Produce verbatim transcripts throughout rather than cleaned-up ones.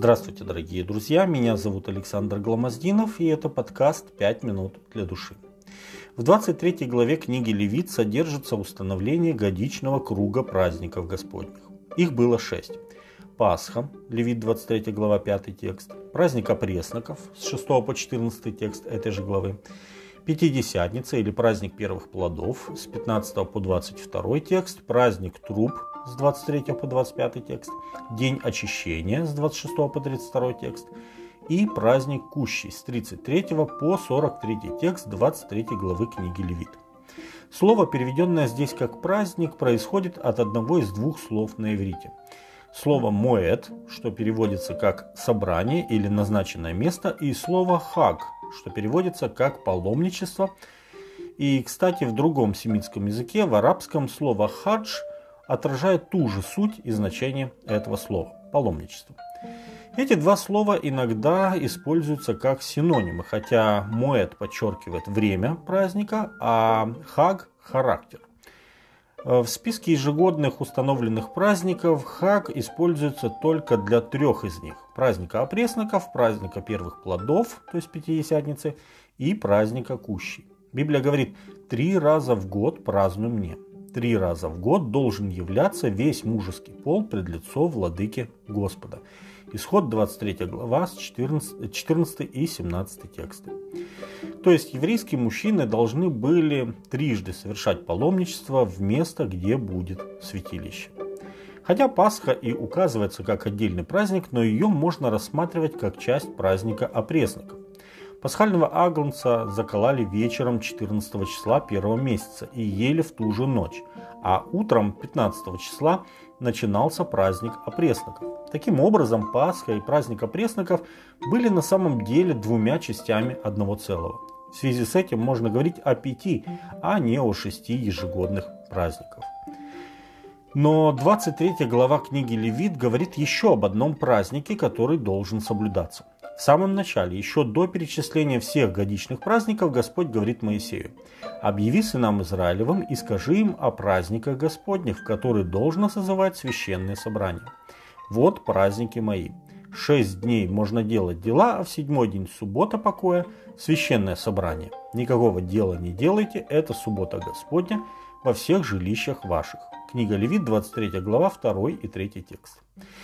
Здравствуйте, дорогие друзья, меня зовут Александр Гломоздинов, и это подкаст «пять минут для души». В двадцать третьей главе книги Левит содержится установление годичного круга праздников Господних. Их было шесть. Пасха, Левит двадцать третья глава, пятый текст, праздник опресноков с шестого по четырнадцатый текст этой же главы, Пятидесятница или праздник первых плодов с пятнадцатого по двадцать второй текст, праздник труб с двадцать третьего по двадцать пятый текст, день очищения с двадцать шестого по тридцать второй текст и праздник кущей с тридцать третьего по сорок третий текст двадцать третьей главы книги Левит. Слово, переведенное здесь как праздник, происходит от одного из двух слов на иврите. Слово «моэд», что переводится как «собрание» или «назначенное место», и слово «хаг», что переводится как «паломничество». И, кстати, в другом семитском языке, в арабском, слово «хадж» отражает ту же суть и значение этого слова – паломничество. Эти два слова иногда используются как синонимы, хотя «моэд» подчеркивает время праздника, а «хаг» – характер. В списке ежегодных установленных праздников хаг используется только для трех из них. Праздника опресноков, праздника первых плодов, то есть Пятидесятницы, и праздника кущей. Библия говорит, три раза в год празднуй мне. Три раза в год должен являться весь мужеский пол пред лицо владыки Господа. Исход двадцать третья глава, четырнадцатый и семнадцатый тексты. То есть еврейские мужчины должны были трижды совершать паломничество в место, где будет святилище. Хотя Пасха и указывается как отдельный праздник, но ее можно рассматривать как часть праздника опресноков. Пасхального агнца закололи вечером четырнадцатого числа первого месяца и ели в ту же ночь, а утром пятнадцатого числа начинался праздник опресноков. Таким образом, Пасха и праздник опресноков были на самом деле двумя частями одного целого. В связи с этим можно говорить о пяти, а не о шести ежегодных праздниках. Но двадцать третья глава книги Левит говорит еще об одном празднике, который должен соблюдаться. В самом начале, еще до перечисления всех годичных праздников, Господь говорит Моисею: «Объяви сынам Израилевым и скажи им о праздниках Господних, в которые должно созывать священное собрание. Вот праздники мои. Шесть дней можно делать дела, а в седьмой день суббота покоя, священное собрание. Никакого дела не делайте, это суббота Господня во всех жилищах ваших». Книга Левит, двадцать третья глава, второй и третий текст.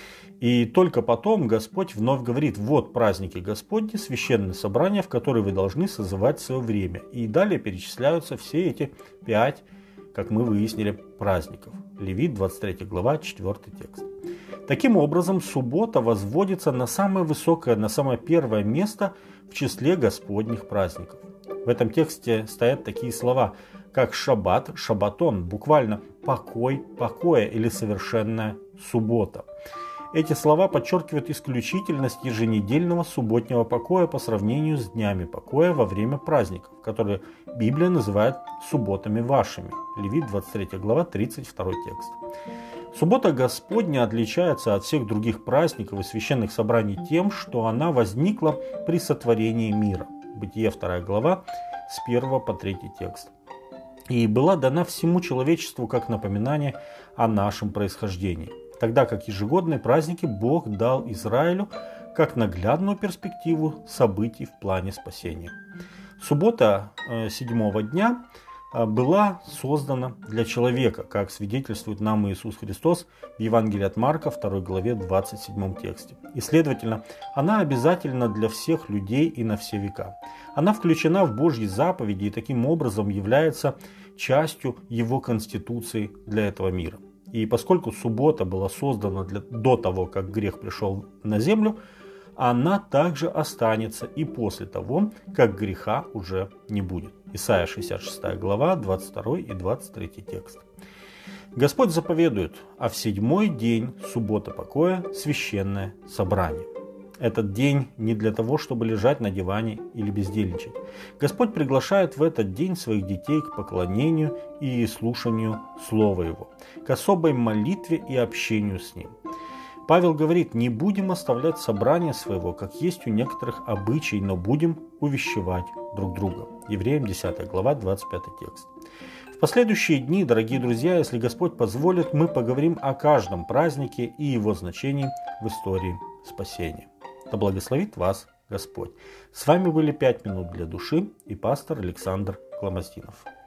И только потом Господь вновь говорит: вот праздники Господни, священное собрание, в которые вы должны созывать в свое время. И далее перечисляются все эти пять, как мы выяснили, праздников. Левит, двадцать третья глава, четвертый текст. Таким образом, суббота возводится на самое высокое, на самое первое место в числе Господних праздников. В этом тексте стоят такие слова, как шаббат, шаббатон, буквально покой, покоя или совершенная суббота. Эти слова подчеркивают исключительность еженедельного субботнего покоя по сравнению с днями покоя во время праздников, которые Библия называет субботами вашими. Левит, двадцать третья глава, тридцать второй текст. Суббота Господня отличается от всех других праздников и священных собраний тем, что она возникла при сотворении мира. Бытие, вторая глава, с первого по третий текст. И была дана всему человечеству как напоминание о нашем происхождении. Тогда как ежегодные праздники Бог дал Израилю как наглядную перспективу событий в плане спасения. Суббота э, седьмого дня э, была создана для человека, как свидетельствует нам Иисус Христос в Евангелии от Марка, второй главе, двадцать седьмом тексте. И, следовательно, она обязательна для всех людей и на все века. Она включена в Божьи заповеди и таким образом является частью Его конституции для этого мира. И поскольку суббота была создана для, до того, как грех пришел на землю, она также останется и после того, как греха уже не будет. Исайя шестьдесят шестая глава, двадцать второй и двадцать третий текст. Господь заповедует: а в седьмой день, суббота покоя, священное собрание. Этот день не для того, чтобы лежать на диване или бездельничать. Господь приглашает в этот день своих детей к поклонению и слушанию Слова Его, к особой молитве и общению с Ним. Павел говорит: не будем оставлять собрание своего, как есть у некоторых обычай, но будем увещевать друг друга. Евреям десятая глава, двадцать пятый текст. В последующие дни, дорогие друзья, если Господь позволит, мы поговорим о каждом празднике и его значении в истории спасения. Да благословит вас Господь. С вами были «Пять минут для души» и пастор Александр Гломоздинов.